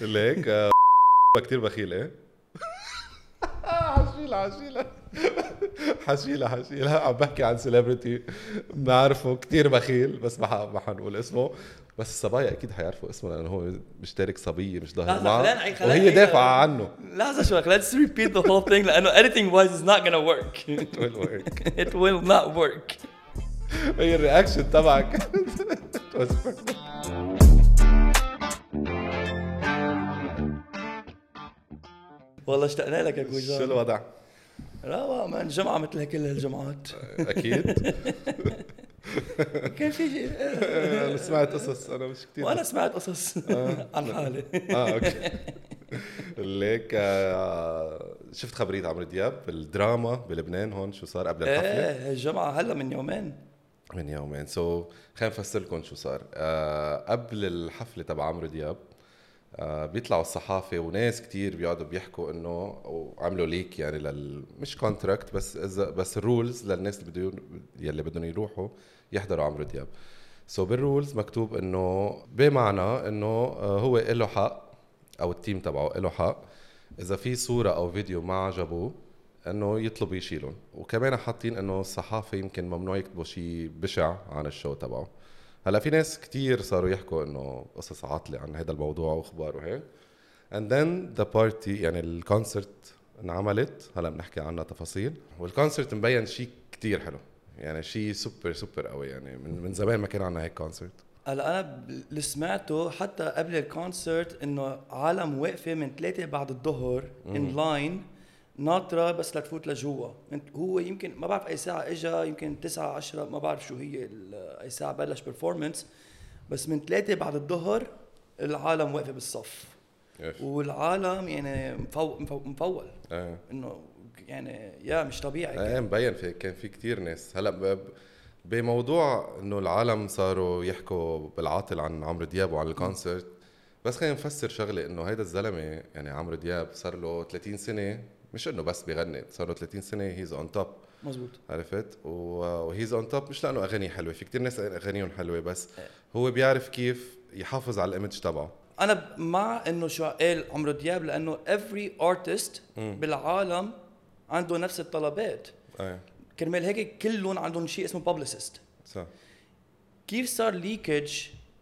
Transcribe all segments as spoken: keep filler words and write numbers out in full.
ليك كتير بخيل ايه حشيلة حشيلة حشيلة حشيلة عم بحكي عن سيلبرتي بنعرفه كتير بخيل بس ما ما حنقول اسمه بس الصبايا اكيد حيعرفوا اسمه لانه هو مشترك صبيه مش ظاهر معه وهي دافعة عنه. لحظة شوي let's repeat the whole thing لأنه editing wise is not gonna work. It will work. It will not work. هي الرياكشن تبعك. والله اشتقنا لك يا كويزان. شو الوضع؟ لا ما الجمعة مثل كل الجمعات. أكيد. كان في شيء. أنا سمعت قصص أنا مش كتير. وأنا سمعت قصص عن حالي. آه أوكي. ليك شفت خبرية عمرو دياب بالدراما بلبنان هون شو صار قبل الحفلة؟ إيه الجمعة هلا من يومين. من يومين. سو خلينا نفسر لكم شو صار. آه قبل الحفلة تبع عمرو دياب آه بيطلعوا الصحافة وناس كتير بيقعدوا بيحكوا إنه وعملوا ليك يعني لل مش كونتراكت بس بس الرولز للناس اللي بدهم يلي بدهم يروحوا يحضروا عمرو دياب. سو بالرولز مكتوب إنه بمعنى إنه آه هو له حق أو التيم تبعه له حق إذا في صورة أو فيديو ما عجبوه انه يطلبوا يشيلون. وكمان حاطين انه الصحافه يمكن ممنوع يكتبوا شيء بشع عن الشو تبعه. هلا في ناس كتير صاروا يحكوا انه قصص عاطله عن هذا الموضوع واخبار وهيك. and then the party يعني الكونسرت انعملت هلا بنحكي عنها تفاصيل. والكونسرت مبين شيء كتير حلو يعني شيء سوبر سوبر قوي يعني من من زمان ما كان عندنا هيك كونسرت. هلا انا اللي سمعته حتى قبل الكونسرت انه عالم واقفه من ثلاثة بعد الظهر ان لاين ناطرة بس لتفوت لجوا. هو يمكن ما بعرف أي ساعة إجا يمكن تسعة عشرة ما بعرف شو هي أي ساعة بلش performance بس من ثلاثة بعد الظهر العالم واقفة بالصف والعالم يعني مفو مفول اه. إنه يعني يا مش طبيعي. اه مبين في كان في كتير ناس. هلا بموضوع إنه العالم صاروا يحكوا بالعاطل عن عمرو دياب وعن الكونسرت بس خلينا نفسر شغلة إنه هيدا الزلمة يعني عمرو دياب صار له ثلاثين سنة مش انه بس بيغني صار له ثلاثين سنه هيز اون توب. مزبوط. عرفت وهيز اون توب مش لانه اغاني حلوه في كتير ناس اغانيهم حلوه بس هو بيعرف كيف يحافظ على الايمج تبعه. انا مع انه شو قال عمرو دياب لانه every artist م. بالعالم عنده نفس الطلبات. ايه كرمال هيك كلهم عندهم شيء اسمه publicist. صح. كيف صار ليكج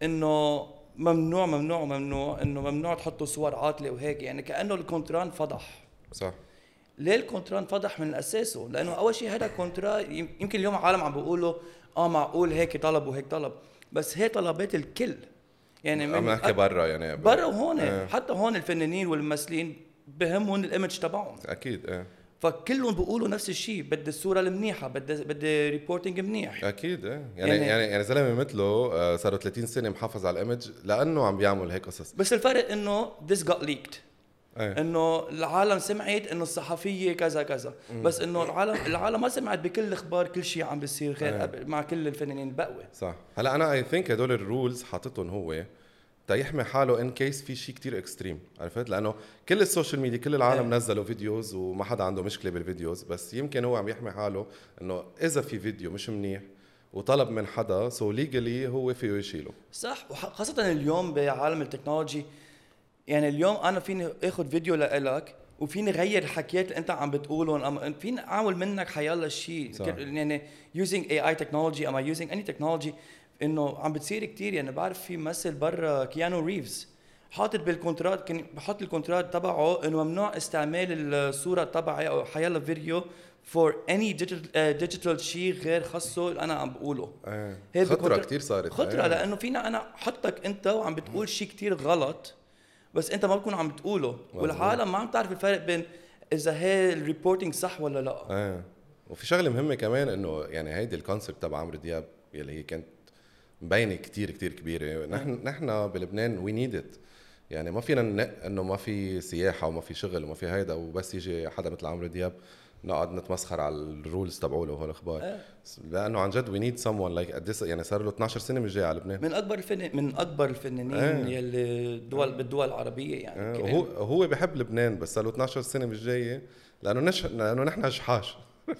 انه ممنوع ممنوع ممنوع انه ممنوع تحطوا صور عاطله وهيك يعني كانه الكونتران فضح. صح. ليه الكونتران فضح من اساسه؟ لانه اول شيء هذا كونترا يمكن اليوم العالم عم بيقولوا اه معقول هيك طلب وهيك طلب بس هي طلبات الكل يعني عم نحكي برا يعني برا وهون اه. حتى هون الفنانين والممثلين بهمهم الايمج تبعهم اكيد. اه فكلهم بيقولوا نفس الشيء بدي الصوره المنيحه بدي بدي ريبورتنج منيح اكيد. اه يعني يعني يعني, يعني زلمه مثله آه صاروا ثلاثين سنه محافظ على الايمج لانه عم بيعمل هيك قصص. بس الفرق انه this got leaked. أيه. انه العالم سمعت انه الصحفيه كذا كذا مم. بس انه العالم العالم ما سمعت بكل الاخبار كل شيء عم بيصير غير أيه. مع كل الفنانين البقوه. صح. هلا انا اي ثينك هدول الرولز حاططهم هو تا يحمي حاله ان كيس في شيء كتير اكستريم. عرفت لانه كل السوشيال ميديا كل العالم أيه. نزلوا فيديوز وما حدا عنده مشكله بالفيديوز بس يمكن هو عم يحمي حاله انه اذا في فيديو مش منيح وطلب من حدا سو ليجلي هو فيه يشيله. صح. وخاصه اليوم بعالم التكنولوجي يعني اليوم انا فيني اخذ فيديو لإلك وفيني غير الحكيات اللي انت عم بتقولهم فيني اعمل منك حيالله شيء يعني using إيه آي technology am I using any technology انه عم بتصير كتير يعني بعرف في ممثل برا كيانو ريفز حاطط بالكونترات كان بحط الكونترات تبعه انه ممنوع استعمال الصوره تبعي او حيالله فيديو for any digital uh, digital شيء غير خاصه اللي انا عم بقوله. آه. خطره كتير صارت خطره آه. لانه فينا انا حطك انت وعم بتقول شيء كتير غلط بس انت ما بتكون عم بتقوله والعالم ما عم تعرف الفرق بين اذا هي الريبورتينج صح ولا لا. اه وفي شغله مهمه كمان انه يعني هيدي الكونسبت تبع عمرو دياب يلي هي كانت مبينه كتير كتير كبيره. نحن نحن بلبنان وي نيد ات يعني ما فينا ننق انه ما في سياحه وما في شغل وما في هيدا وبس يجي حدا مثل عمرو دياب نقعد نتمسخر على الرولز تبعوله وهالاخبار أه. لانه عن جد وي نيد سمون لايك اديس يعني صار له اثناشر سنه مش جاي على لبنان. من اكبر الفن من اكبر الفنانين أه. يلي الدول أه. بالدول العربيه يعني أه. هو هو بيحب لبنان بس صار له اثناشر سنه مش جاي لانه نش لانه نحن جحاش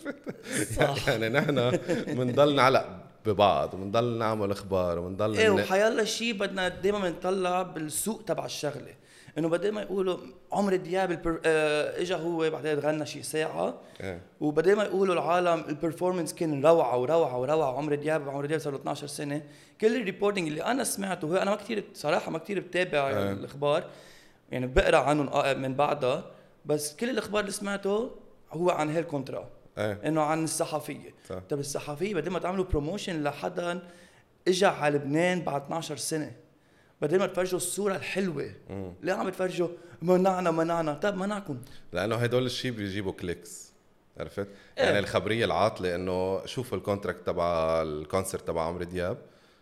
يعني نحن بنضل نعلق ببعض وبنضل نعمل اخبار وبنضل ايه وحيالله شيء بدنا دائما بنطلع بالسوق تبع الشغله انه بدل ما يقولوا عمرو دياب البر... اه اجا هو بعدين غنى شي ساعه إيه. وبدل ما يقولوا العالم البرفورمانس كان روعه وروعه وروعه عمرو دياب عمرو دياب صار له اثناشر سنه. كل الريبورتنج اللي انا سمعته هو انا ما كثير صراحه ما كثير بتابع إيه. الاخبار يعني بقرا عنهم من بعدها بس كل الاخبار اللي سمعته هو عن هالكونترا إيه. انه عن الصحفيه. صح. طب الصحفيه بدل ما تعملوا بروموشن لحدا اجى على لبنان بعد اثناشر سنه بدل ما تفرجوا الصوره الحلوه مم. ليه عم تفرجوا منعنا منعنا؟ طب منعكم لانه هدول الشيء بيجيبوا كليكس عرفت. إيه. يعني الخبريه العاطله انه شوفوا الكونتراكت تبع الكونسرت تبع عمرو دياب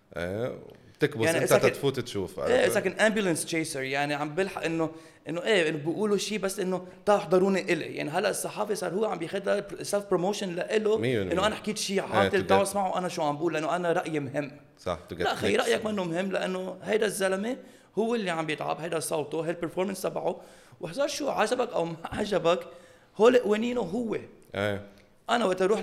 ايه بتكبس يعني انت إذا تفوت تشوف ايه اذا كان امبولانس تشيسر يعني عم بلحق انه انه ايه إنه بيقولوا شيء بس انه تعالوا احضروني الي. يعني هلا الصحافي صار هو عم بياخذها سيلف بروموشن له انه انا حكيت شيء عاطل تعالوا اسمعوا انا شو عم بقول لانه انا رايي مهم. صح. لا اخي رايك منه مهم لانه هيدا الزلمه هو اللي عم بيتعب هيدا صوته هي البرفورمانس تبعه وحصل شو عجبك او ما عجبك هول قوانينه هو. ايه انا وقت اروح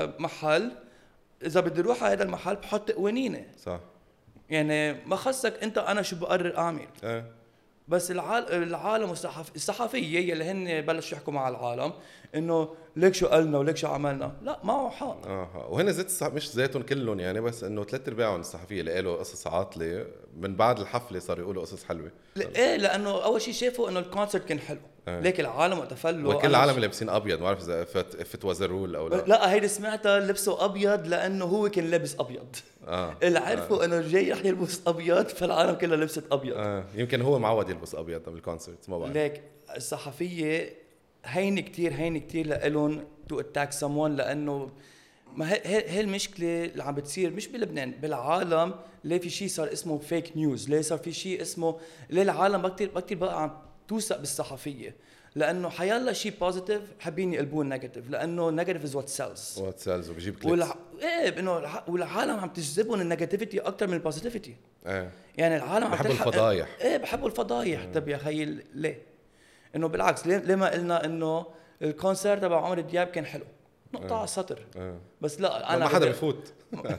لمحل اذا بدي اروح على هذا المحل بحط قوانيني صح. يعني ما خصك انت انا شو بقرر اعمل. ايه بس العالم العالم والصحف الصحفيه اللي هن بلشوا يحكوا مع العالم انه ليك شو قلنا وليك شو عملنا لا معه حق. اه وهنا زيت الصح... مش زيتهم كلهم يعني بس انه ثلاث ارباعهم الصحفيه اللي قالوا قصص عاطله من بعد الحفله صاروا يقولوا قصص حلوه. ايه لانه اول شيء شافوا انه الكونسرت كان حلو. آه. ليك العالم وقت فلوا وكل العالم اللي لابسين ابيض ما بعرف اذا فت فت وزرول او لا. لا هيدي سمعتها لبسوا ابيض لانه هو كان لابس ابيض. اه اللي عرفوا آه. انه جاي رح يلبس ابيض فالعالم كلها لبست ابيض. اه يمكن هو معود يلبس ابيض بالكونسرت ما بعرف. ليك الصحفيه هين كتير هين كتير لإلهم تو اتاك سمون لانه ما هي هي المشكله اللي عم بتصير مش بلبنان بالعالم. ليه في شيء صار اسمه فيك نيوز؟ ليه صار في شيء اسمه ليه العالم كتير كتير بقى عم توثق بالصحفيه؟ لانه حيلا شيء بوزيتيف حابين يقلبوه نيجاتيف لانه نيجاتيف از وات سيلز. وات سيلز وبيجيب كليكس. والع... ايه انه والعالم عم تجذبهم النيجاتيفيتي اكثر من البوزيتيفيتي. ايه يعني العالم عم بحبوا تلحق الفضايح. ايه بحبوا الفضايح. طب يا خيي ليه؟ انه بالعكس ليه, ليه ما قلنا انه الكونسرت تبع عمرو دياب كان حلو نقطة على السطر. اه. بس لا انا ما حدا بفوت.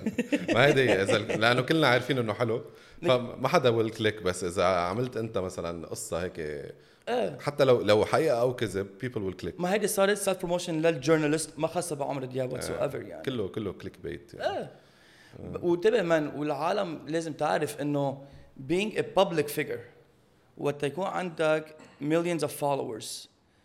ما هيدي اذا لانه كلنا عارفين انه حلو فما حدا والكليك. بس اذا عملت انت مثلا قصه هيك ايه حتى لو لو حقيقه او كذب people will click. ما هيدي صارت سيلف بروموشن للجورنالست ما خاصه بعمرو دياب واتس ايفر يعني كله كله كليك بيت يعني. ايه وانتبه من والعالم لازم تعرف انه being a public figure وقت يكون عندك millions of followers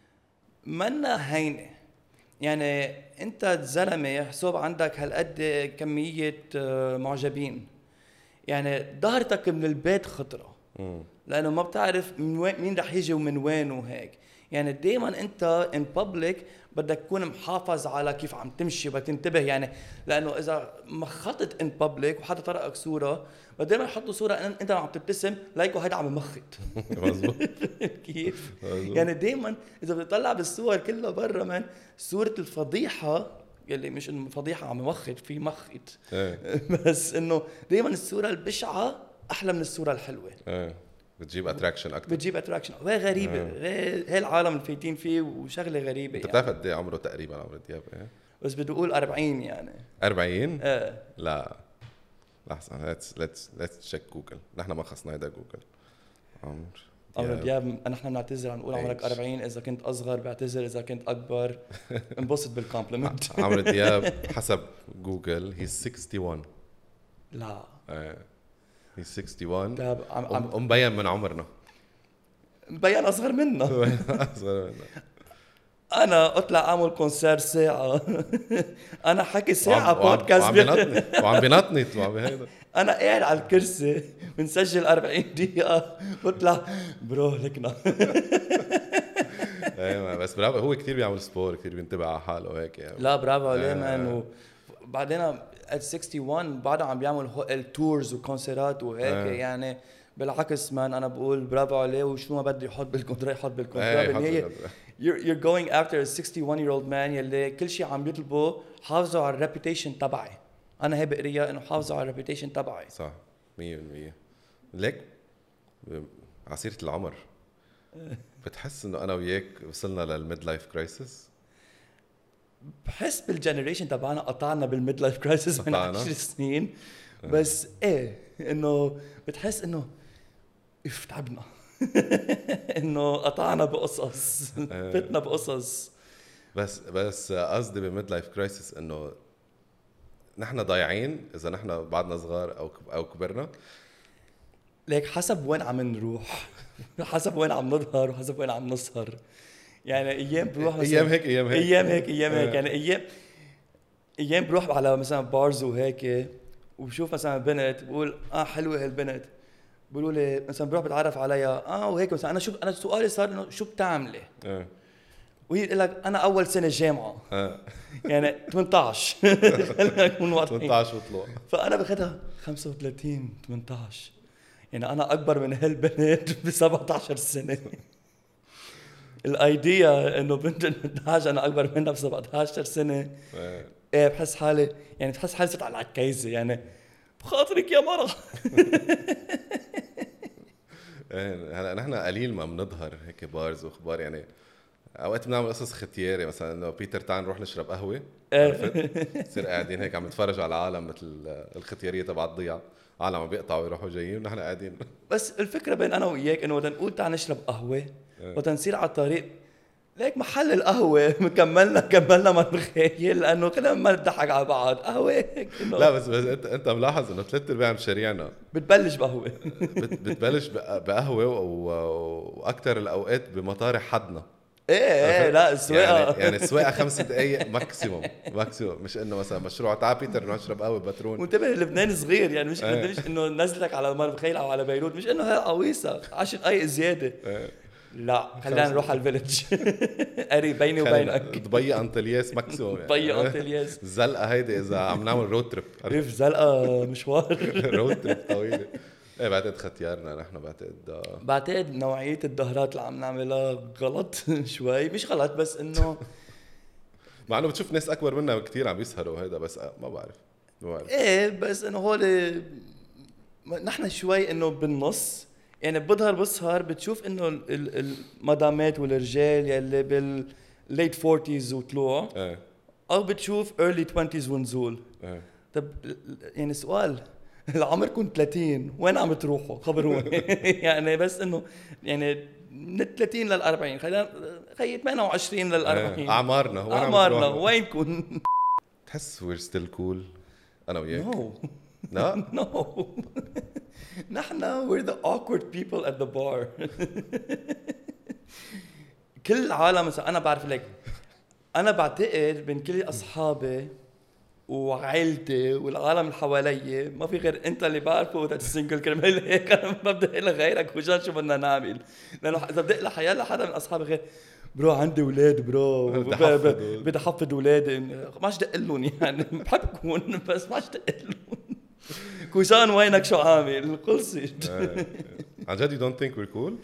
منا هينه. يعني انت زلمه حسب عندك هالقد كميه معجبين يعني ظهرتك من البيت خطره لانه ما بتعرف من وين مين رح يجي ومن وين وهيك. يعني دائما انت in public بدك تكون محافظ على كيف عم تمشي بدك تنتبه يعني لانه اذا مخطط in public وحدا طرقك صوره بدل ما يحطوا صوره انت عم تبتسم لايكو هيدا عم يمخط. مظبوط. كيف يعني دائما اذا بتطلع بالصور كلها برا من صوره الفضيحه يلي مش انه فضيحه عم يمخط في مخط بس انه دائما الصوره البشعه احلى من الصوره الحلوه. ايه بتجيب اتراكشن اكثر. بتجيب اتراكشن وهي غريبه. هي العالم اللي فايتين فيه وشغله غريبه. انت بتعرف قد ايه عمره تقريبا عمرو دياب؟ ايه بس بدي اقول أربعين يعني. أربعين؟ ايه لا لحظه ليتس ليتس ليتس تشيك جوجل. نحن ما خصنا هيدا جوجل. عمرو عمرو دياب نحن بنعتذر عم نقول عمرك أربعين اذا كنت اصغر بعتذر اذا كنت اكبر انبسط بالكومبلمنت. عمرو دياب حسب جوجل هي واحد وستين. لا ايه هي واحد وستين. دياب عم عم ومبين من عمرنا. مبين اصغر منا. اصغر منا. انا اطلع اعمل كونسير ساعه انا حكي ساعه بودكاست وعم بينطنط وعم بينطنط وعم بهيدا. انا قاعد على الكرسي بنسجل أربعين دقيقه بطلع برو لكنا. ايوه بس برافو هو كثير بيعمل سبور كثير بينتبه على حاله هيك يعني. لا برافو عليه مان. وبعدين واحد وستين بعده عم بيعمل التورز وكونسيرات وهيك يعني بالعكس مان انا بقول برافو عليه وشو ما بدي يحط بالكونترا يحط بالكونترا. بالنهايه you're you're going after a sixty-one year old man يلي كل شيء عم بيطلبه حافظوا على الريبيوتيشن تبعي. انا هي بقريها انه حافظوا على الريبيوتيشن تبعي. صح مية بالمية. ليك عصيرة العمر بتحس انه انا وياك وصلنا للميد لايف كرايسيس؟ بحس بالجنريشن تبعنا قطعنا بالميد لايف كرايسيس من عشر سنين بس ايه انه بتحس انه اف تعبنا انه قطعنا بقصص فتنا بقصص. بس بس قصدي بميد لايف كرايسيس انه نحن ضايعين اذا نحن بعدنا صغار او او كبرنا. ليك حسب وين عم نروح، حسب وين عم نظهر وحسب وين عم نسهر. يعني ايام بروح مثلا ايام هيك ايام هيك ايام هيك ايام هيك يعني ايام ايام بروح على مثلا بارز وهيك وبشوف مثلا بنت بقول اه حلوه هالبنت، بيقولوا لي مثلا بروح بتعرف عليها اه وهيك مثلا انا شو انا سؤالي صار انه شو بتعملي؟ اه وهي تقول لك انا اول سنه جامعه اه يعني ثمانية عشر خلينا نكون واضحين. ثمانية عشر وطلوع. فانا باخذها خمسة وثلاثين ثمانية عشر، يعني انا اكبر من هالبنت ب سبعة عشر سنه. الايديا انه بنت ثمانية عشر انا اكبر منها ب سبعة عشر سنه. ايه بحس حالي يعني بحس حالي صرت على العكايزه يعني بخاطرك يا مرة. هلا نحن قليل ما بنظهر هيك بارز واخبار، يعني اوقات بنعمل قصص ختياري مثلا انه بيتر تعال نروح نشرب قهوه، عرفت؟ نصير قاعدين هيك عم نتفرج على العالم مثل الختياريه تبع الضيعه، عالم عم بيقطعوا يروحوا جايين ونحن قاعدين. بس الفكره بين انا وياك انه وقت نقول تعال نشرب قهوه وقت نصير على الطريق ليك محل القهوه كملنا كملنا ما نخيل لانه كلنا ما نضحك على بعض قهوه هيك. لا بس بس انت انت ملاحظ انه ثلاث ارباع مشاريعنا بتبلش بقهوه. بتبلش بقهوه واكثر الاوقات بمطارح حدنا. ايه ايه لا السواقه يعني, يعني السواقه خمس دقائق ماكسيموم ماكسيموم، مش انه مثلا مشروع تعال بيتر نروح نشرب قهوه باترون. وانتبه لبنان صغير يعني مش مش انه نزلك على مار بخيل او على بيروت، مش انه هي قويصه عشر دقائق زياده. لا خلينا نروح على الفيلج. قري بيني وبينك دبي انطلياس ماكسيموم. دبي انطلياس الزلقه هيدي اذا عم نعمل رود تريب، عرف زلقه مشوار. رود تريب طويله. ايه بعتقد ختيارنا نحن بعتقد بعتقد نوعيه الدهرات اللي عم نعملها غلط شوي، مش غلط بس انه مع انه بتشوف ناس اكبر منا كثير عم يسهروا هيدا، بس ما بعرف ما بعرف ايه بس انه هول نحن شوي انه بالنص يعني بظهر بسهر بتشوف انه المدامات والرجال يلي بالليت فورتيز وطلوع ايه او بتشوف early twenties ونزول. ايه طب يعني سؤال العمر كنت ثلاثين وين عم تروحوا خبروني؟ يعني بس انه يعني من ثلاثين لل أربعين خلينا خي ثمانية وعشرين لل أربعين اعمارنا وين اعمارنا وينكم؟ تحس we're still cool انا وياك؟ نو لا نو نحن we're the awkward people at the bar. كل العالم مثلا انا بعرف لك انا بعتقد بين كل اصحابي وعائلتي والعالم اللي حوالي ما في غير انت اللي بعرفه وذات السنجل كرمال هيك انا ما بدي اقول غيرك وجان شو بدنا نعمل، لانه اذا بدي اقول حيلا حدا من اصحابي غير برو عندي اولاد برو بدي احفظ اولادي ما اشتاق لهم يعني بحبكم بس ما اشتاق لهم. كوزان وينك شو عامل خلصت. عن جد you don't think we're cool؟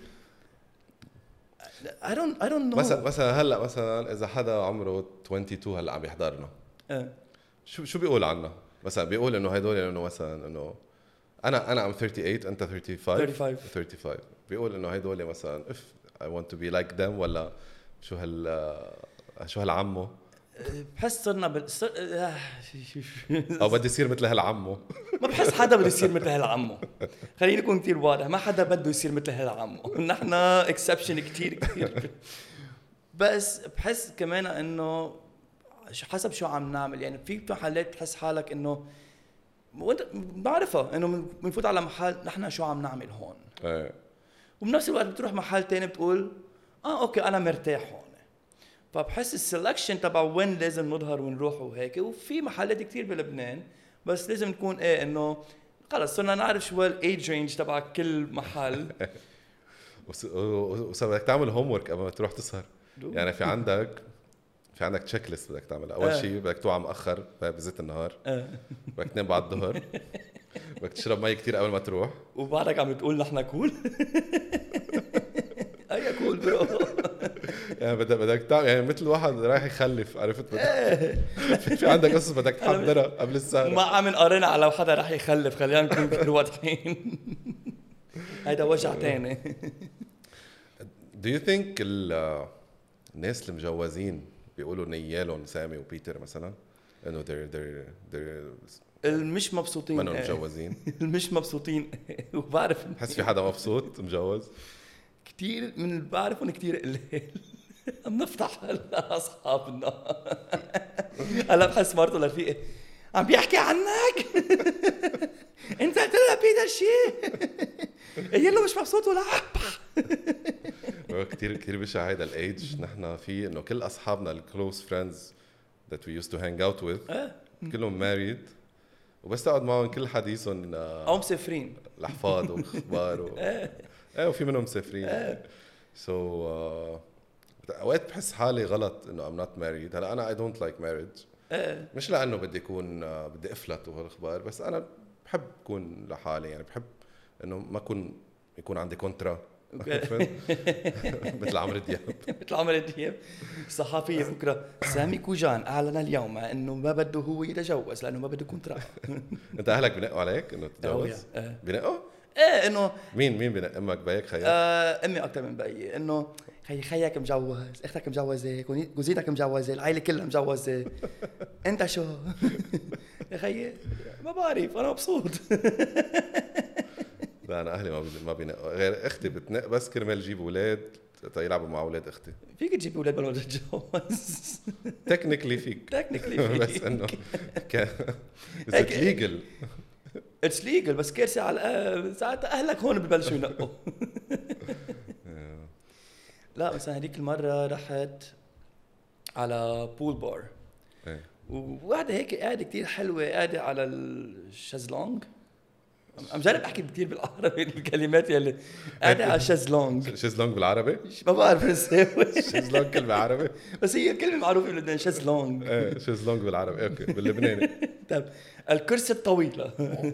I don't I don't know. مثلا مثلا هلا مثلا اذا حدا عمره اثنين وعشرين هلا عم يحضرنا شو شو بيقول عنا؟ مثلا بيقول انه هدول انه مثلا انه انا انا ام ثلاثة وثلاثين انت خمسة وثلاثين خمسة وثلاثين خمسة وثلاثين بيقول انه هدول مثلا if I want to be like them ولا شو هال شو هالعمو بحس صرنا بال... صر... او بدي يصير مثل هالعمو. ما بحس حدا بده يصير مثل هالعمو، خليني اكون كثير واضح، ما حدا بده يصير مثل هالعمو، نحن اكسبشن كثير كثير. بس بحس كمان انه حسب شو عم نعمل، يعني في محلات تحس حالك انه وانت بعرفها انه بنفوت على محل نحن شو عم نعمل هون ايه وبنفس الوقت بتروح محل تاني بتقول اه اوكي انا مرتاح هون. فبحس السلكشن تبع وين لازم نظهر ونروح وهيك، وفي محلات كتير بلبنان بس لازم نكون ايه انه خلص صرنا نعرف شو الايدج رينج تبع كل محل. وصار بدك تعمل هوم ورك قبل ما تروح تسهر، يعني في عندك في عندك تشيك ليست بدك تعملها. اول شيء بدك توعى مأخر بزيت النهار، بدك تنام بعد الظهر، بدك تشرب مي كتير قبل ما تروح، وبعدك عم تقول نحن كول. اي كول برو. يعني بدك بدك تعمل يعني مثل واحد رايح يخلف، عرفت؟ في عندك قصص بدك تحضرها قبل السهرة. ما عم نقارن على حدا راح يخلف، خلينا نكون كثير واضحين. هيدا وجع تاني. Do you think الناس المجوزين بيقولوا نيالهم سامي وبيتر مثلا انه they're they're they're المش مبسوطين منهم مجوزين؟ المش مبسوطين. وبعرف حس في حدا مبسوط مجوز؟ كتير من اللي بعرفهم كتير قليل بنفتح هلا اصحابنا. هلا بحس مرته لرفيقي عم بيحكي عنك. انت قلت له بيدا شيء قايل له مش مبسوط ولا كتير كتير بشع هيدا الايدج نحن فيه انه كل اصحابنا الكلوز فريندز that we used to hang out with كلهم married وبس تقعد معهم كل حديثهم او مسافرين الاحفاد واخبار و... ايه وفي منهم مسافرين. سو so, uh, اوقات بحس حالي غلط انه I'm not married. هلا انا I don't like marriage مش لانه بدي اكون uh, بدي افلت وهالاخبار بس انا بحب اكون لحالي يعني بحب انه ما اكون يكون عندي كونترا مثل عمرو دياب. مثل عمرو دياب صحافية بكره سامي كوجان اعلن اليوم انه ما بده هو يتجوز لانه ما بده كونترا. انت اهلك بنقوا عليك انه تتجوز؟ بنقوا؟ ايه انه مين مين بنق امك بيك خيك؟ آه امي اكثر من بيي انه خي خيك مجوز اختك مجوزه جوزيتك مجوزه العائله كلها مجوزه انت شو يا خيي ما بعرف انا مبسوط. لا انا اهلي ما ما بينقوا غير اختي بتنق بس كرمال يجيب اولاد يلعبوا مع اولاد اختي. فيك تجيب اولاد بلا ما تتجوز؟ تكنيكلي فيك تكنيكلي فيك بس انه اتس ليجل اتس ليجل بس كارثه على ساعات اهلك هون ببلشوا ينقوا. لا مثلا هذيك المره رحت على بول بار وواحده هيك قاعده كتير حلوه قاعده على الشازلونج. عم جرب احكي كثير بالعربي الكلمات يلي قاعده على الشازلونج. شازلونج بالعربي ما بعرف نساوي. شازلونج كلمه عربي بس هي كلمه معروفه بلبنان شازلونج. ايه شازلونج بالعربي اوكي باللبناني. طيب الكرسي الطويله.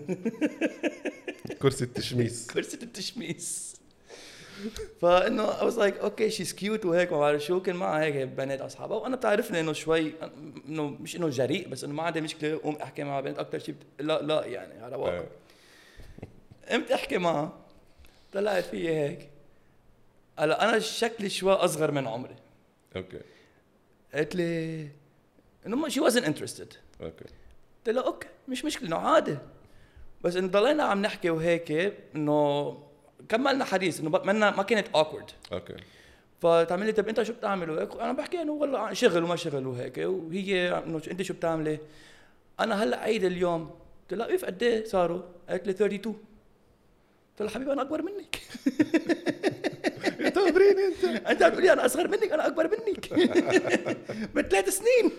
كرسي التشميس. كرسي التشميس. فانه I was like okay she's cute وهيك ما بعرف شو كان معها هيك بنات اصحابها وانا بتعرفني انه شوي انه مش انه جريء بس انه ما عندي مشكله قوم احكي مع بنت اكثر شيء لا لا يعني على واقع. قمت احكي معها طلعت فيي هيك هلا انا شكلي شوي اصغر من عمري. اوكي قالت لي انه she wasn't interested. اوكي قلت لها اوكي مش مشكله انه عادي بس انه ضلينا عم نحكي وهيك انه كملنا حديث انه ما ما كانت awkward. اوكي فتعمل لي طب انت شو بتعمل وهيك انا بحكي انه والله شغل وما شغل وهيك وهي انه انت شو بتعملي انا هلا عيد اليوم. قلت لها ايه قد ايه صاروا؟ قالت لي اثنين وثلاثين. قلت لها حبيبي انا اكبر منك. تخبريني انت انت عم تقولي انا اصغر منك انا اكبر منك بثلاث سنين.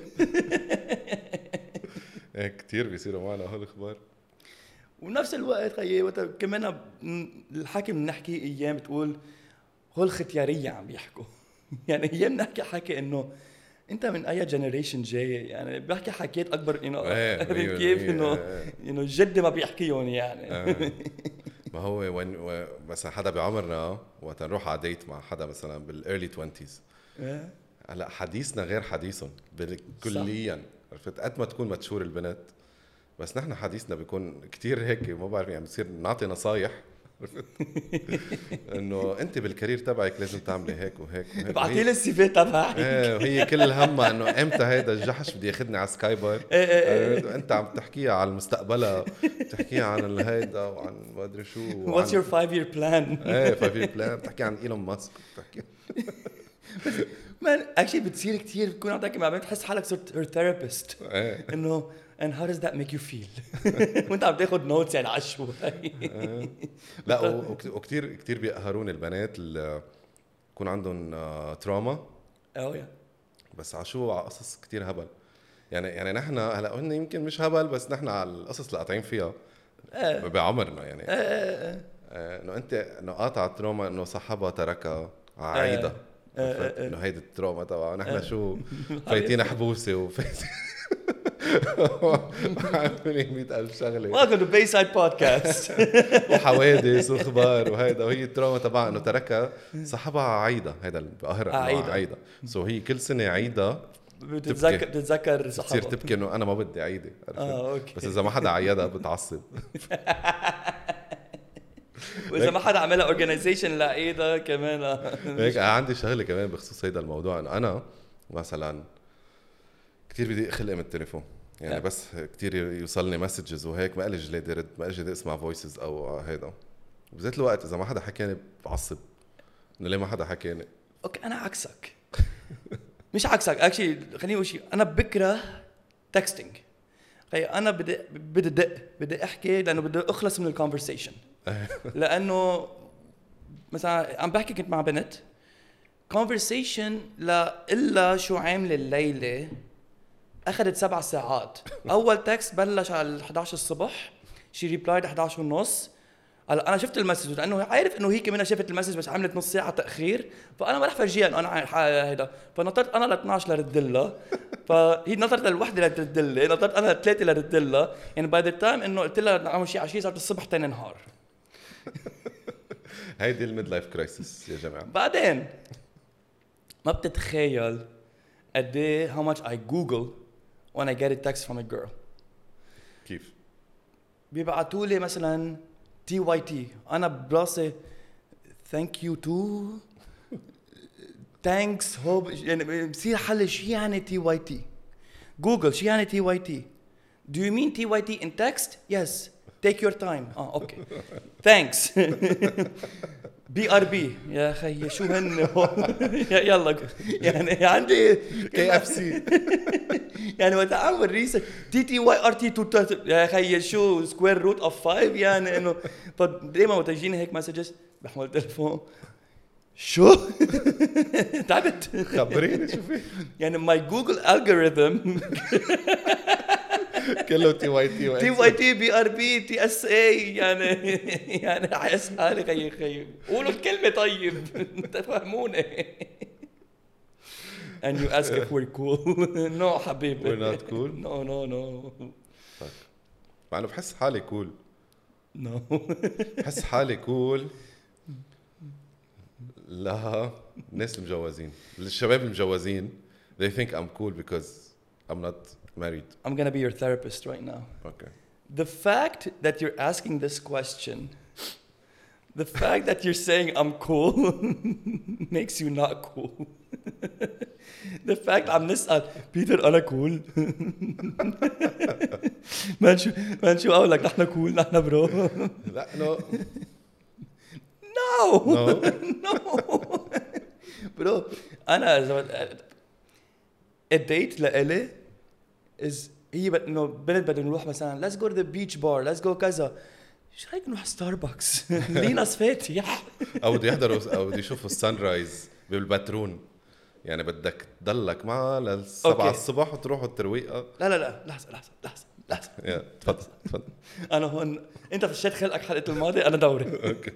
هيك كثير بيصيروا معنا هالاخبار. ونفس الوقت خيي كمان الحكي بنحكي ايام بتقول هول ختياريه عم بيحكوا. يعني ايام بنحكي حكي انه انت من اي جنريشن جاي يعني بحكي حكيت اكبر انه كيف انه انه الجد ما بيحكيهم يعني. ما هو وين مثلا حدا بعمرنا وقت نروح على ديت مع حدا مثلا بالايرلي توينتيز هلا حديثنا غير حديثهم كليا. عرفت قد ما تكون متشور البنت بس نحن حديثنا بيكون كتير هيك ما بعرف يعني بصير نعطي نصايح. عرفت انه انت بالكارير تبعك لازم تعملي هيك وهيك وهيك. ابعتي لي السي في تبعك. ايه وهي كل همها انه امتى هيدا الجحش بده ياخذني على سكاي بار. انت عم تحكيها على المستقبلها تحكيها عن الهيدا وعن ما ادري شو واتس يور five year plan. ايه five year plan بتحكي عن ايلون ماسك بتحكي مان اكشلي بتصير كتير بتكون عم تحكي مع بنت تحس حالك صرت هير ثيرابيست. انه and how does that make you feel. وانت عم تاخذ نوتس يعني على شو. لا وكثير كثير بيقهرون البنات اللي يكون عندهم تراما اه يا بس على شو على قصص كثير هبل. يعني يعني نحن هلا هن يمكن مش هبل بس نحن على القصص اللي قاطعين فيها بعمرنا يعني انه انت انه قاطع التراما انه صاحبها تركها عايده انه هيدي التراما تبعها نحن شو فايتين حبوسه وفايتين عاملين مئة ألف شغله. Welcome to Bayside Podcast. وحوادث واخبار وهيدا وهي التراما تبعها انه تركها صاحبها عايده. هيدا القهر عايده عايده سو هي كل سنه عيده بتتذكر بتتذكر صاحبها بتصير تبكي انه انا ما بدي عيده. اه اوكي بس اذا ما حدا عيدها بتعصب. واذا ما حدا عملها اورجانيزيشن لعيده كمان. هيك عندي شغله كمان بخصوص هيدا الموضوع انه انا مثلا كتير بدي اخلق من التليفون يعني yeah. بس كتير يوصلني مسجز وهيك ما قالي جلادي رد ما قالي اسمع فويسز او هيدا بذات الوقت اذا ما حدا حكاني بعصب انه ليه ما حدا حكيني؟ اوكي انا عكسك. مش عكسك اكشلي، خليني اقول شيء، انا بكره تكستينج. هي انا بدي بدي دق بدي احكي لانه بدي اخلص من الكونفرسيشن. لانه مثلا عم بحكي كنت مع بنت كونفرسيشن لا الا شو عامله الليله اخذت سبع ساعات. اول تكست بلش على إحدى عشر الصبح، شي ريبلايد إحدى عشر ونص. هلا انا شفت المسج لانه عارف انه هي كمان شافت المسج بس عملت نص ساعه تاخير، فانا ما رح فرجيها انه انا هيدا، فنطرت انا ل اثنعش لرد لها، فهي نطرت للوحده لترد لي، نطرت انا لثلاثه لرد لها، يعني باي ذا تايم انه قلت لها نعمل شيء عشيه صارت الصبح ثاني نهار. هيدي الميد لايف كرايسيس يا جماعه. بعدين ما بتتخيل قد ايه how much I Google when I get a text from a girl. كيف؟ بيبعتوا لي مثلا تي واي تي، انا براسي ثانك يو تو ثانكس هوب، يعني بصير حل شو يعني تي واي تي. جوجل شو يعني تي واي تي؟ Do you mean تي واي تي in text? Yes. Take your time. اه اوكي. Thanks. بي ار بي يا خيي شو هن يلا يعني عندي كي اف سي. يعني وقت اعمل ريسيرش تي تي واي ار تي تو يا خيي شو سكوير روت اوف خمسة، يعني انه فدائما وقت تجيني هيك مسجز بحمل التليفون شو تعبت. خبريني شو في يعني ماي جوجل الجوريثم كله تي واي تي تي واي تي بي ار بي تي اس اي، يعني يعني حاسس حالي خيي خيي قولوا الكلمه طيب تفهموني. and you ask if we're cool. no حبيبي we're not cool. no no no مع انه بحس حالي كول. no بحس حالي كول لا الناس المجوزين، الشباب المجوزين they think I'm cool because I'm not married. I'm gonna be your therapist right now. Okay. The fact that you're asking this question, the fact that you're saying I'm cool makes you not cool. The fact عم نسأل بيتر أنا كول ما نشو ما نشو أقول لك نحن كول نحن برو. لا نو no نو no برو. أنا الديت لإلي is هي بد إنه بنت بدنا نروح مثلا let's go to the beach bar let's go كذا، شو رأيك نروح ستاربكس ليناس فاتح او بده يحضروا او بده يشوفوا السان رايز بالباترون، يعني بدك تضلك معها للسبعة الصبح وتروحوا الترويقة. لا لا لا لحظة لحظة لحظة لحظة يا تفضل تفضل. أنا هون أنت فشيت خلقك حلقة الماضي أنا دوري. اوكي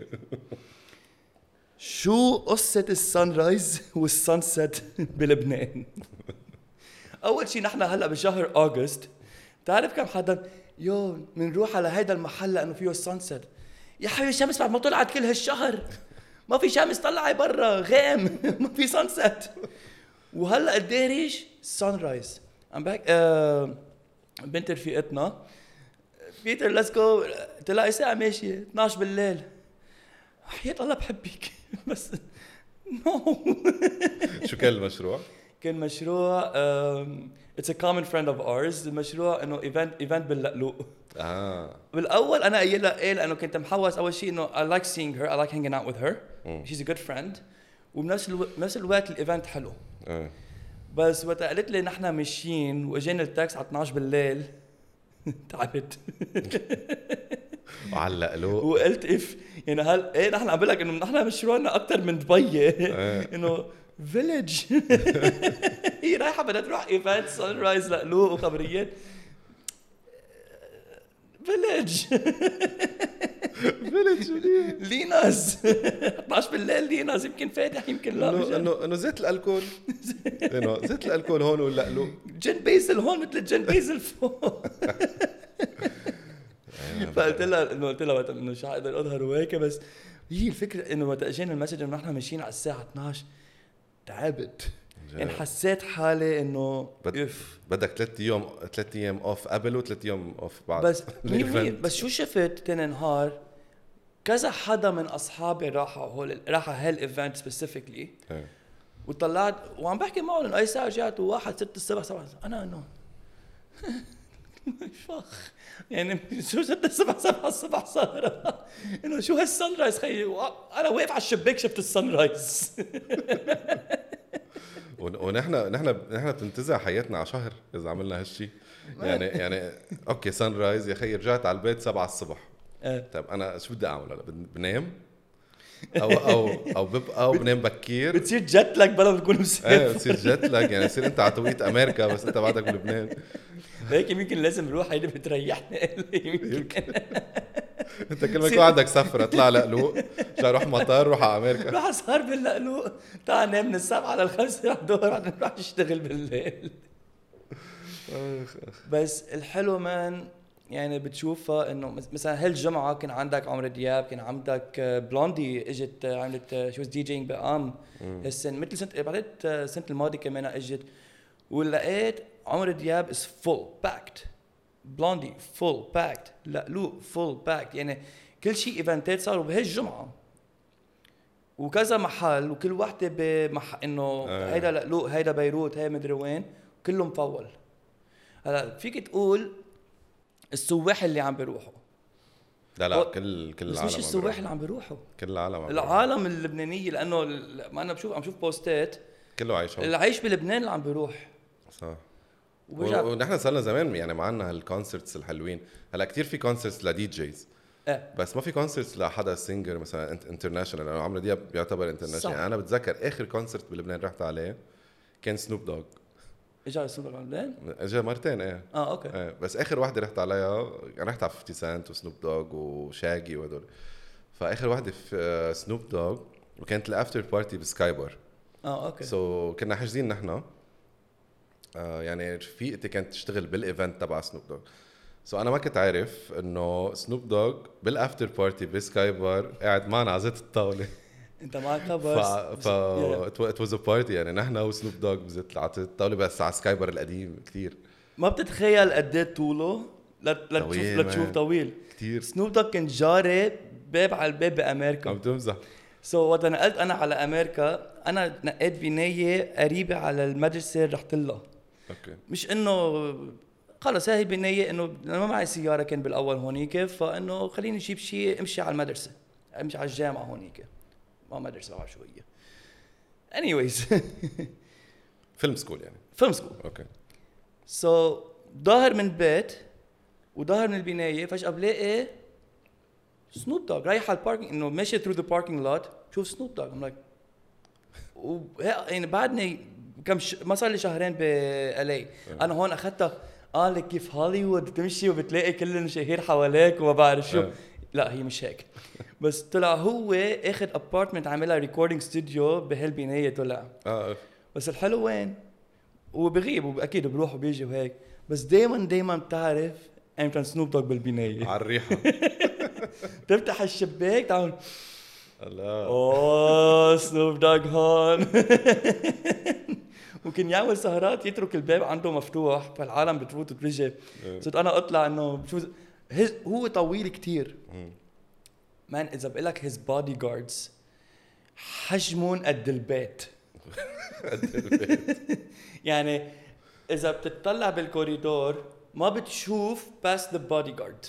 شو قصة السان رايز والسان سيت بلبنان؟ أول شيء نحن هلا بشهر أغسطس، تعرف كم حدا يو منروح على هيدا المحل لأنه فيه السان سيت. يا حبيبي الشمس بعد ما طلعت كل هالشهر، ما في شمس طلعي برا غيم ما في سان سيت. وهلا قد ايه ريش سان رايز. عم بحكي آه بنت رفيقتنا بيتر ليتس جو، تلاقي ساعة ماشية اثنعش بالليل، حياة الله بحبك بس نو. شو كان المشروع؟ كان مشروع اتس ا كومن فريند اوف ours. المشروع انه ايفنت ايفنت باللقلوق. اه بالاول انا قايل لها ايه لانه كنت محوس اول شيء انه I like seeing her I like hanging out with her mm. she's a good friend، وبنفس الو... بنفس الوقت الايفنت حلو. اه بس وقت قالت لي نحن ماشيين واجاني التاكس على اثنعش بالليل تعبت وعلق له وقلت اف يعني هل ايه نحن عم بقول لك انه نحن مشروعنا اكثر من دبي انه فيليج. هي رايحه بدها تروح ايفنت سان رايز لقلوق وخبريات فيليج فيليج ليناس اثنعش بالليل ليناس يمكن فاتح يمكن لا. انه انه زيت الالكول انه زيت الالكول هون ولا له جن بيزل هون مثل الجن بيزل فوق. فقلت لها انه قلت لها انه مش حقدر اظهر وهيك، بس هي الفكره انه وقت اجاني المسج انه نحن ماشيين على الساعه اثنعش تعبت. يعني حسيت حالي انه بد... بدك ثلاث ايام ثلاث ايام اوف قبل وثلاث ايام اوف بعد. بس بس شو شفت تاني نهار كذا حدا من اصحابي راحوا هول راحوا هالايفنت سبيسيفيكلي، وطلعت وعم بحكي معهم انه اي ساعه رجعت واحد ستة الصبح سبعة انا انه فخ يعني شو ست السبع سبعة الصبح سهرة انه شو هالسن رايز خيي، انا واقف على الشباك شفت السن رايز. ونحن نحن نحن بننتزع حياتنا على شهر اذا عملنا هالشي. يعني يعني اوكي سان رايز يا خيي، رجعت على البيت سبعة الصبح. طيب انا شو بدي اعمل هلا؟ بنام او او او ببقى وبنام بكير. بتصير جت لك بلا تكون مسافر. ايه بتصير جت لك، يعني بتصير انت على توقيت امريكا بس انت بعدك بلبنان. هيك يمكن لازم نروح هيدي بتريحنا. يمكن انت كل ما يكون عندك سفره اطلع لقلوق، جاي روح مطار روح على امريكا، روح اسهر باللقلوق، تعال نام من السبعة للخمسة على الظهر بعدين نروح نشتغل بالليل. بس الحلو مان يعني بتشوفها انه مثلا هالجمعه كان عندك عمرو دياب، كان عندك بلوندي اجت عملت شو دي جينج بقام هالسنه مثل سنه بعدت السنه الماضيه كمان اجت، ولقيت عمرو دياب is full packed، بلوندي full packed، لقلوق full packed، يعني كل شيء ايفنتات صاروا بهالجمعه وكذا محل وكل وحده بمح انه آه. هيدا لقلوق هيدا بيروت هي مدري وين كله مفول. هلا فيك تقول السواح اللي عم بيروحوا، لا لا و... كل كل بس العالم مش السواح اللي عم بيروحوا، كل العالم العالم اللبنانيه، لانه ما انا بشوف عم بشوف بوستات كله عايش هون، اللي عايش بلبنان اللي عم بيروح صح. وبرجع... ونحن صرنا زمان يعني معنا هالكونسرتس الحلوين. هلا كتير في كونسرتس لدي جيز أه. بس ما في كونسرتس لحدا سينجر مثلا انترناشونال، لانه عمرو دياب بيعتبر انترناشونال. يعني انا بتذكر اخر كونسرت بلبنان رحت عليه كان سنوب دوغ. اجى سنوب دوغ لبنان؟ اجى مرتين ايه اه اوكي ايه. بس اخر واحده رحت عليها يعني رحت على خمسين سنت وسنوب دوغ وشاجي وهدول. فاخر واحده في سنوب دوغ وكانت الافتر بارتي بسكاي بار. اه اوكي سو so, كنا حاجزين نحن آه يعني رفيقتي كانت تشتغل بالايفنت تبع سنوب دوغ. سو so, انا ما كنت عارف انه سنوب دوغ بالافتر بارتي بسكاي بار قاعد معنا على زيت الطاوله. انت معك خبر ف ف ات واز ا بارتي يعني نحن وسنوب دوغ بزيت على الطاوله بس على سكاي بار القديم كتير. ما بتتخيل قد ايه طوله لتشوف لتشوف طويل كتير. سنوب دوغ كان جاري باب على الباب بامريكا. عم تمزح. سو so, وقت نقلت انا على امريكا انا نقيت بنايه قريبه على المدرسه رحت لها. اوكي. مش انه خلص هاي بنيه انه ما معي سياره كان بالاول هونيك، فانه خليني اجيب شيء امشي على المدرسه امشي على الجامعه هونيك ما مدرسه بعرف شو هي. anyways فيلم سكول يعني فيلم سكول. اوكي. سو so, ظاهر من بيت وظاهر من البنايه فجاه بلاقي سنوب دوغ رايح على الباركينج، انه ماشي ثرو ذا باركينج لوت شوف سنوب دوغ. ام لايك يعني بعدني كم ش... ما صار لي شهرين بالي انا هون اخذتها قال لك كيف هوليوود بتمشي وبتلاقي كل المشاهير حواليك وما بعرف شو. لا هي مش هيك. بس طلع هو اخذ ابارتمنت عاملها ريكوردينج ستوديو بهالبنايه طلع. اه بس الحلو وين وبغيب واكيد بروح وبيجي وهيك، بس دايما دايما بتعرف امتى سنوب دوغ بالبنايه على الريحه. تفتح الشباك تعمل الله اوه سنوب دوغ هون. ممكن يعمل سهرات يترك الباب عنده مفتوح فالعالم بتفوت وترجع. صرت انا اطلع انه شو هو طويل كتير مان. اذا بقول لك هيز بودي جاردز حجمهم قد البيت. قد البيت. يعني اذا بتطلع بالكوريدور ما بتشوف باست ذا بودي جارد.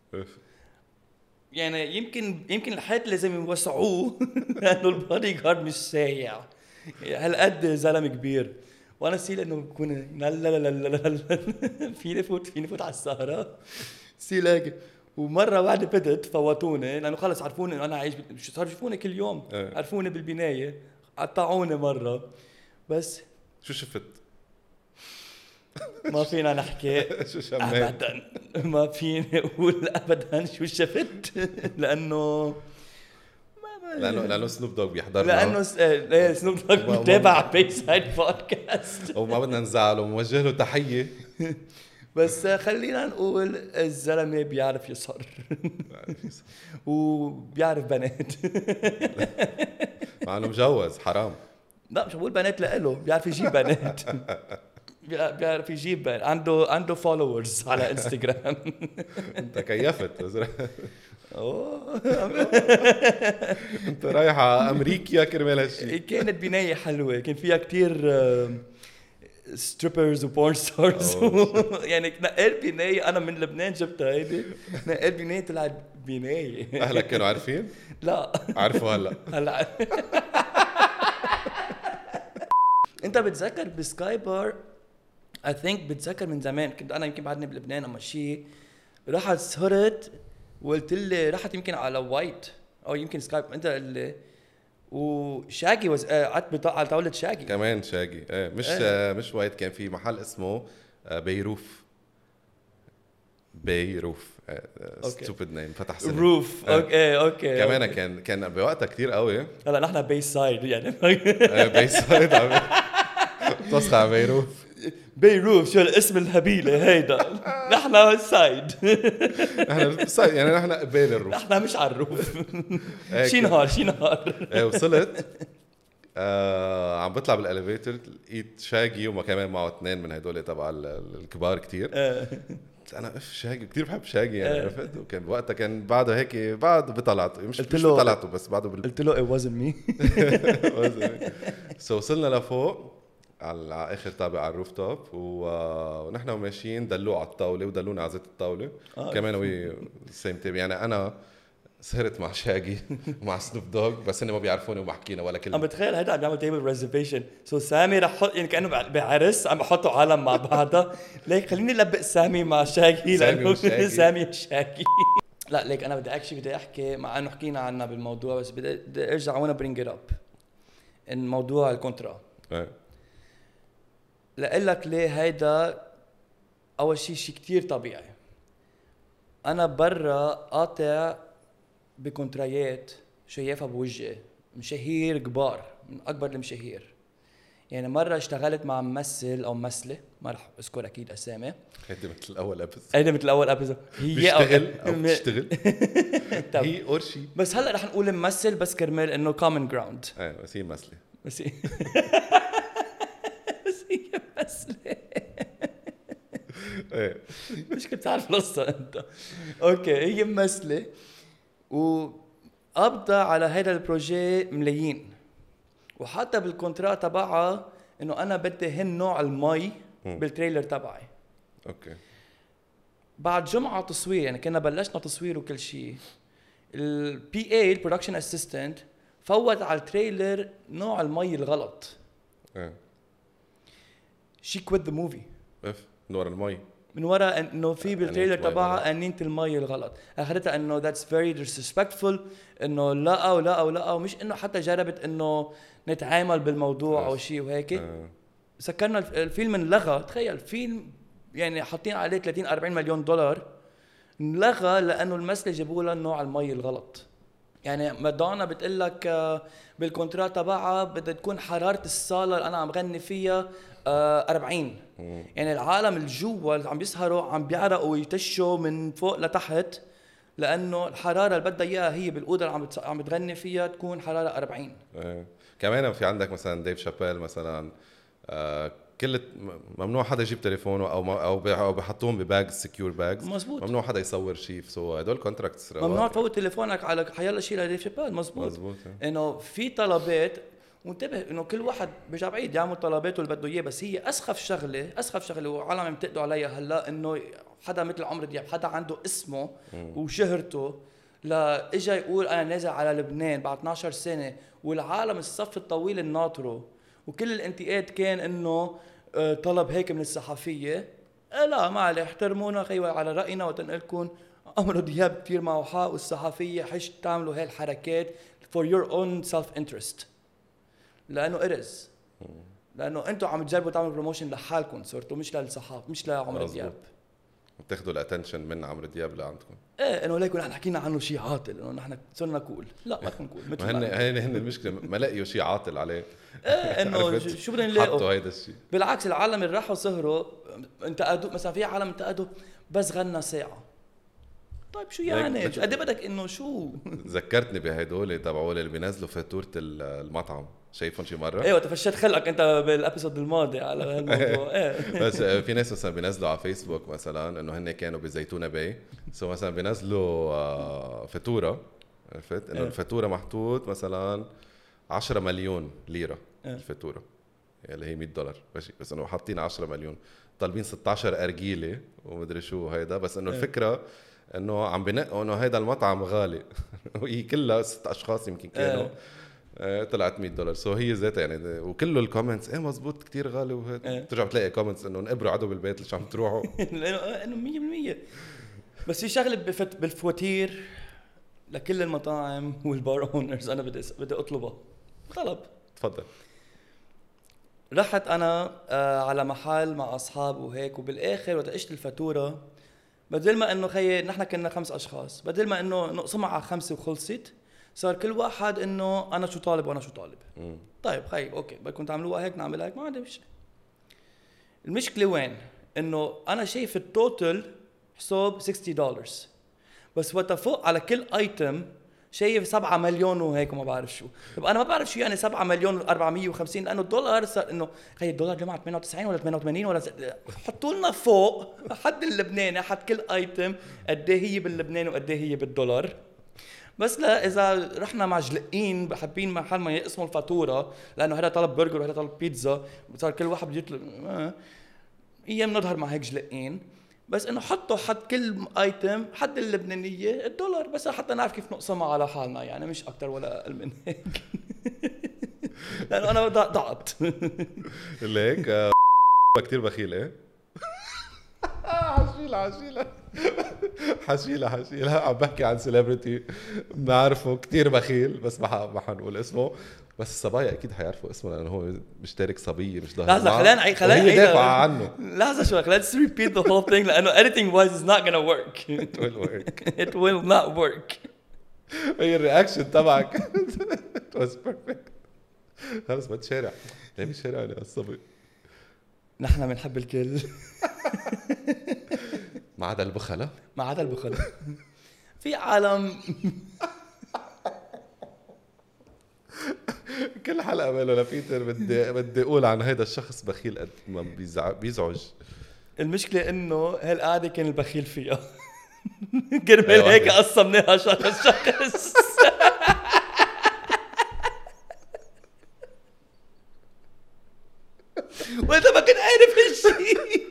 يعني يمكن يمكن الحيط لازم يوسعوه لانه البودي جارد مش سايع هالقد زلمه كبير. وانا سيل انه بكون لا لا لا لا لا فيني فوت فيني فوت على السهره سيل هيك. ومره واحده بدت فوتوني لانه خلص عرفوني انه انا عايش شو صار يشوفوني كل يوم عرفوني بالبنايه قطعوني مره. بس شو شفت؟ ما فينا نحكي ابدا ما فيني اقول ابدا شو شفت لانه لانه لانه سنوب دوغ بيحضرنا لانه ايه سنوب دوغ متابع بيس هايد بودكاست وما بدنا نزعل وموجه له تحيه. بس خلينا نقول الزلمه بيعرف يصر وبيعرف بنات مع انه مجوز حرام. لا مش بقول بنات لإله بيعرف يجيب بنات بيعرف يجيب بنات. عنده عنده فولورز على انستغرام. انت كيفت اوه انت رايح على امريكا كرمال هالشيء. كانت بنايه حلوه كان فيها كتير ستريبرز وبورن ستارز يعني نقال بناية. انا من لبنان جبتها هيدي نقال بناية طلعت بناية. اهلك كانوا عارفين؟ لا عرفوا هلا هلا انت بتذكر بسكاي بار اي ثينك بتذكر من زمان كنت انا يمكن بعدني بلبنان اما شيء رحت سهرت وقلت لي رحت يمكن على وايت او يمكن سكاي انت اللي وشاقي وز... قعدت على طاولة شاقي كمان شاقي ايه مش ايه. مش وايد كان في محل اسمه بيروف بيروف ستوبيد نيم فتح سنة روف اوكي اوكي كمان كان كان بوقتها كتير قوي. هلا نحن بيس سايد يعني بيس سايد عم تصحى على بيروف بيروف شو الاسم الهبيله هيدا نحن سايد نحن سايد يعني نحن قبال الروف نحن مش على الروف شي نهار شي نهار ايه وصلت آه عم بطلع بالاليفيتر لقيت شاقي وما كمان معه اثنين من هدول تبع الكبار كتير. انا اف شاقي كتير بحب شاقي يعني عرفت. وكان وقتها كان بعده هيك بعده بطلعته مش مش بطلعته بس بعده بال... قلت له it wasn't me سو وصلنا لفوق على اخر طابق على الروف توب ونحن وماشيين دلوه على الطاوله ودلونا على زيت الطاوله آه. كمان وي سيم تيم يعني انا سهرت مع شاقي مع سنوب دوغ بس انه ما بيعرفوني وما حكينا ولا كلمه. عم بتخيل هيدا عم بيعمل تيبل ريزرفيشن سو سامي رح حط يعني كانه بعرس عم بحطوا عالم مع بعضها ليك خليني لبق سامي مع شاقي لانه سامي وشاقي لا ليك انا بدي اكشي بدي احكي مع انه حكينا عنها بالموضوع بس بدي, بدي ارجع وانا برينج ات اب الموضوع الكونترا لأقول لك ليه هيدا اول شيء شيء كتير طبيعي. انا برا قاطع بكونترايات شايفها بوجهي مشاهير كبار من اكبر المشاهير يعني مره اشتغلت مع ممثل او ممثله ما رح اذكر اكيد اسامي هيدي مثل الاول ابيزود هيدي مثل الاول ابيزود هي بيشتغل او بتشتغل هي اور شي بس هلا رح نقول ممثل بس كرمال انه كومن جراوند ايه بس هي ممثله بس هي بس هي ممثله ايه مش كنت عارف القصه انت اوكي هي ممثله وقبضة على هذا البروجي ملايين وحتى بالكونترا تبعها انه انا بدي هن نوع المي بالتريلر تبعي. اوكي بعد جمعة تصوير يعني كنا بلشنا تصوير وكل شيء البي اي البرودكشن اسيستنت فوت على التريلر نوع المي الغلط ايه شي كويت ذا موفي اف نور المي من وراء انه في بالتريلر تبعها انينه المي الغلط اخرتها انه ذاتس فيري ديسريسبكتفول انه لا ولا ولا مش انه حتى جربت انه نتعامل بالموضوع او شيء وهيك أه. سكرنا الفيلم انلغى تخيل فيلم يعني حاطين عليه ثلاثين أربعين مليون دولار انلغى لانه المسألة جابوا لها نوع المي الغلط. يعني مادونا بتقول لك بالكونترات تبعها بدها تكون حراره الصاله اللي انا عم غني فيها أربعين يعني العالم الجوا اللي عم بيسهروا عم بيعرقوا ويتشوا من فوق لتحت لانه الحراره اللي بدها اياها هي بالاوضه اللي عم عم بتغني فيها تكون حراره أربعين. ايه كمان في عندك مثلا ديف شابيل مثلا آه كل ممنوع حدا يجيب تليفونه او او بحطوهم بباجز سكيور باجز مزبوط. ممنوع حدا يصور شيء سو هدول كونتراكتس ممنوع تفوت تليفونك على حيلا شيء لديف شابيل. مزبوط مزبوط انه في طلبات وانتبه انه كل واحد بيرجع بعيد يعمل طلباته اللي بده اياه بس هي اسخف شغله اسخف شغله وعالم عم ينتقدوا عليها هلا انه حدا مثل عمرو دياب حدا عنده اسمه م. وشهرته لا اجى يقول انا نازل على لبنان بعد اثناشر سنه والعالم الصف الطويل الناطره وكل الانتقاد كان انه طلب هيك من الصحفيه لا ما عليه احترمونا خيوا على راينا وتنقلكم عمرو دياب كثير معه حق والصحفيه حش تعملوا هاي الحركات for your own self interest لانه ارز لانه انتم عم تجربوا تعملوا بروموشن لحالكم صرتوا مش للصحافه مش لعمرو دياب بتاخذوا الاتنشن من عمرو دياب لعندكم. ايه انه ليكون نحن حكينا عنه شيء عاطل انه نحن صرنا كول لا ما تكون كول مثل هن هن هن المشكله ما لقيوا شيء عاطل عليه. ايه انه شو بدنا نلاقوا حطوا هيدا الشيء بالعكس العالم اللي راحوا سهروا انتقدوا مثلا في عالم انتقدوا بس غنى ساعه طيب شو يعني قد ايه بدك انه شو ذكرتني بهدول تبعول اللي بينزلوا فاتوره المطعم شايفهم شي مره ايوه تفشت خلقك انت بالابيسود الماضي على هالموضوع ايه بس في ناس مثلا بينزلوا على فيسبوك مثلا انه هن كانوا بزيتونه باي سو مثلا بينزلوا فاتوره عرفت انه الفاتوره محطوط مثلا عشرة مليون ليره الفاتوره اللي هي مية دولار ماشي، بس انه حاطين عشرة مليون طالبين ستة عشر ارجيله ومدري شو هيدا، بس انه الفكره انه عم بنقوا انه هيدا المطعم غالي وهي كلها ست اشخاص يمكن كانوا آه. طلعت مية دولار. سو هي ذاتها يعني، وكله الكومنتس ايه مزبوط كتير غالي، وهيك آه. ترجع بتلاقي كومنتس انه نقبروا عدو بالبيت ليش عم تروحوا انه مية بالمية. بس في شغله بفت بالفواتير لكل المطاعم والبار اونرز انا بدي بدي اطلبها طلب. تفضل. رحت انا آه على محل مع اصحاب وهيك، وبالاخر وقت اجت الفاتوره بدل ما انه خيي نحن كنا خمس اشخاص، بدل ما انه نقسمها على خمسه وخلصت، صار كل واحد انه انا شو طالب وانا شو طالب. م. طيب خي اوكي بدكم تعملوها هيك نعملها هيك، ما عندي مشكله. المشكله وين؟ انه انا شايف التوتال حساب ستين دولار، بس وقت فوق على كل ايتم شايف سبعة مليون وهيك وما بعرف شو. طب انا ما بعرف شو يعني سبعة مليون وأربعمية وخمسين، لانه الدولار صار انه خي الدولار جمعة ثمانية وتسعين ولا ثمانية وثمانين ولا حطوا لنا فوق حد اللبناني حد كل ايتم قد ايه هي باللبناني وقد ايه هي بالدولار. بس لا اذا رحنا مع جلقين حابين محل ما يقسموا الفاتوره، لانه هذا طلب برجر وهذا طلب بيتزا، صار كل واحد بده يطلب آه. ايام نظهر مع هيك جلقين، بس انه حطوا حد كل ايتم حد اللبنانيه الدولار، بس حتى نعرف كيف نقسمها على حالنا، يعني مش اكتر ولا اقل من هيك لانه انا ضعت ليك كثير بخيل. ايه حشيلة حشيلة حشيلة حشيلة عم بحكي عن سيلبرتي بنعرفه كتير بخيل، بس ما حنقول اسمه، بس الصبايا اكيد حيعرفوا اسمه لانه هو مشترك صبيه مش ظاهر. لحظه خلينا خلينا هي دافعه عنه. لحظه شوي let's repeat the whole thing لانه editing wise is not gonna work. it will work it will not work. هي الرياكشن تبعك it was perfect. خلص ما تشارع ليه مش شارعني الصبي. نحن بنحب الكل ما عدا البخلة. ما عدا البخلة. في عالم كل حلقة ماله لبيتر بدي بدي أقول عن هيدا الشخص بخيل قد ما بيزعج. المشكلة إنه هالقعدة كان البخيل فيها كرمال هيك قسمناها شخص شخص وأنت ما كنت عارف هالشي،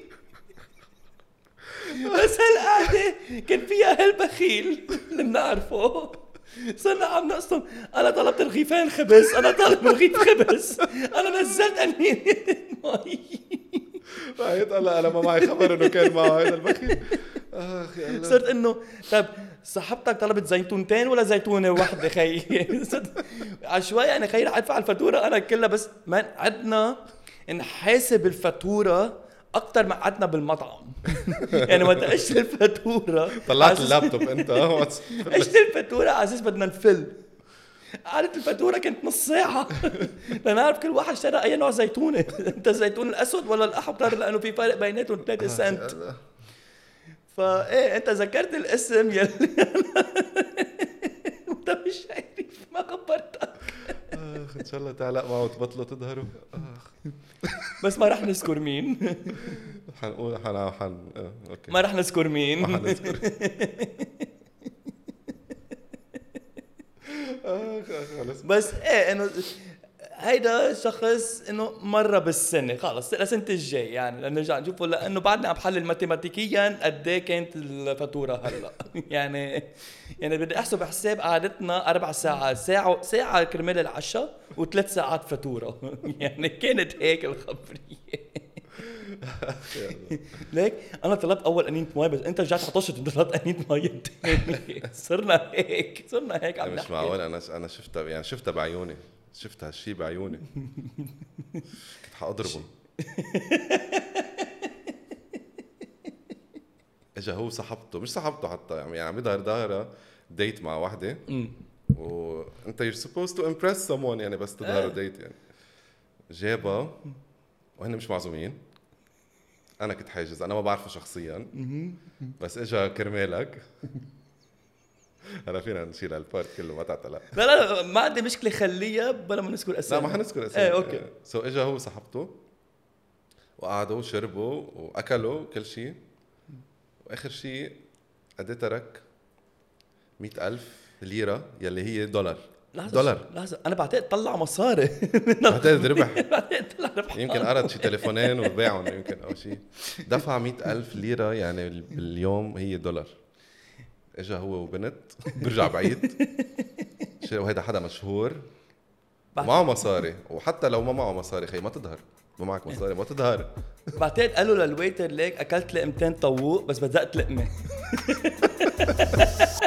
بس هالقعدة كان فيها هالبخيل اللي بنعرفه. صرنا عم نقسم، أنا طلبت رغيفين خبز، أنا طالب رغيف خبز، أنا نزلت أنين مي. رايت الله أنا ما معي خبر إنه كان معه هذا البخيل. آخ يا الله. صرت إنه طب صاحبتك طلبت زيتونتين ولا زيتونة واحدة خي؟ عشوائي يعني خير أدفع الفاتورة أنا كلها، بس ما عدنا نحاسب الفاتورة أكتر ما قعدنا بالمطعم. يعني وقت أشتري الفاتورة طلعت اللابتوب أنت أشتري الفاتورة على أساس بدنا نفل. قعدت الفاتورة كانت نص ساعة لنعرف كل واحد اشترى أي نوع زيتونة، أنت الزيتون الأسود ولا الأحمر، لأنه في فرق بيناتهم ثلاثة سنت. فإيه أنت ذكرت الاسم يلي أنت مش عارف ما خبرتك. آخ إن شاء الله تعلق معه وتبطلوا تظهروا. آخ بس ما رح نذكر مين. حنقول حن حن أوكي ما رح نذكر مين. ما حنذكر. آخ خلص. بس إيه إنه هيدا شخص إنه مرة بالسنة خلاص السنة الجاي يعني لنرجع نشوفه، لأنه بعدنا عم بحلل ماتيماتيكيا قد إيه كانت الفاتورة هلا. يعني يعني بدي أحسب حساب قعدتنا أربع ساعات، ساعة ساعة كرمال العشاء وثلاث ساعات فاتورة. يعني كانت هيك الخبرية. ليك أنا طلبت أول أنينة مي، بس أنت رجعت عطشت أنت طلبت أنينة مي الثانية. صرنا هيك صرنا هيك عم نحكي. مش معقول أنا أنا شفتها يعني شفتها بعيوني، شفت هالشي بعيوني كنت حاضربه. اجا هو صاحبته مش صاحبته حتى يعني عم يظهر ظاهره ديت مع واحده وانت you're supposed to impress someone يعني بس تظهروا ديت يعني. جابها وهن مش معزومين، انا كنت حاجز انا ما بعرفه شخصيا بس اجا كرمالك. أنا فينا نشيل هالبارت كله ما تعتلق. لا لا ما عندي مشكلة خليها بلا ما نذكر أسامي. لا ما حنذكر أسامي. ايه أوكي. سو إجا هو صاحبته وقعدوا وشربوا وأكلوا كل شيء، وآخر شيء قد ترك مئة ألف ليرة يلي هي دولار لحظة دولار. لحظة أنا بعتقد طلع مصاري بعتقد ربح. بعتقد طلع ربح. يمكن قرض شي تليفونين وباعهم يمكن أو شي. دفع مئة ألف ليرة يعني باليوم هي دولار. إجا هو وبنت برجع بعيد. وهيدا حدا مشهور معه مصاري، وحتى لو ما معه مصاري خي ما تظهر، ما معك مصاري ما تظهر. بعتقد قالوا للويتر ليك أكلت لقمتين طووق بس بزقت لقمة.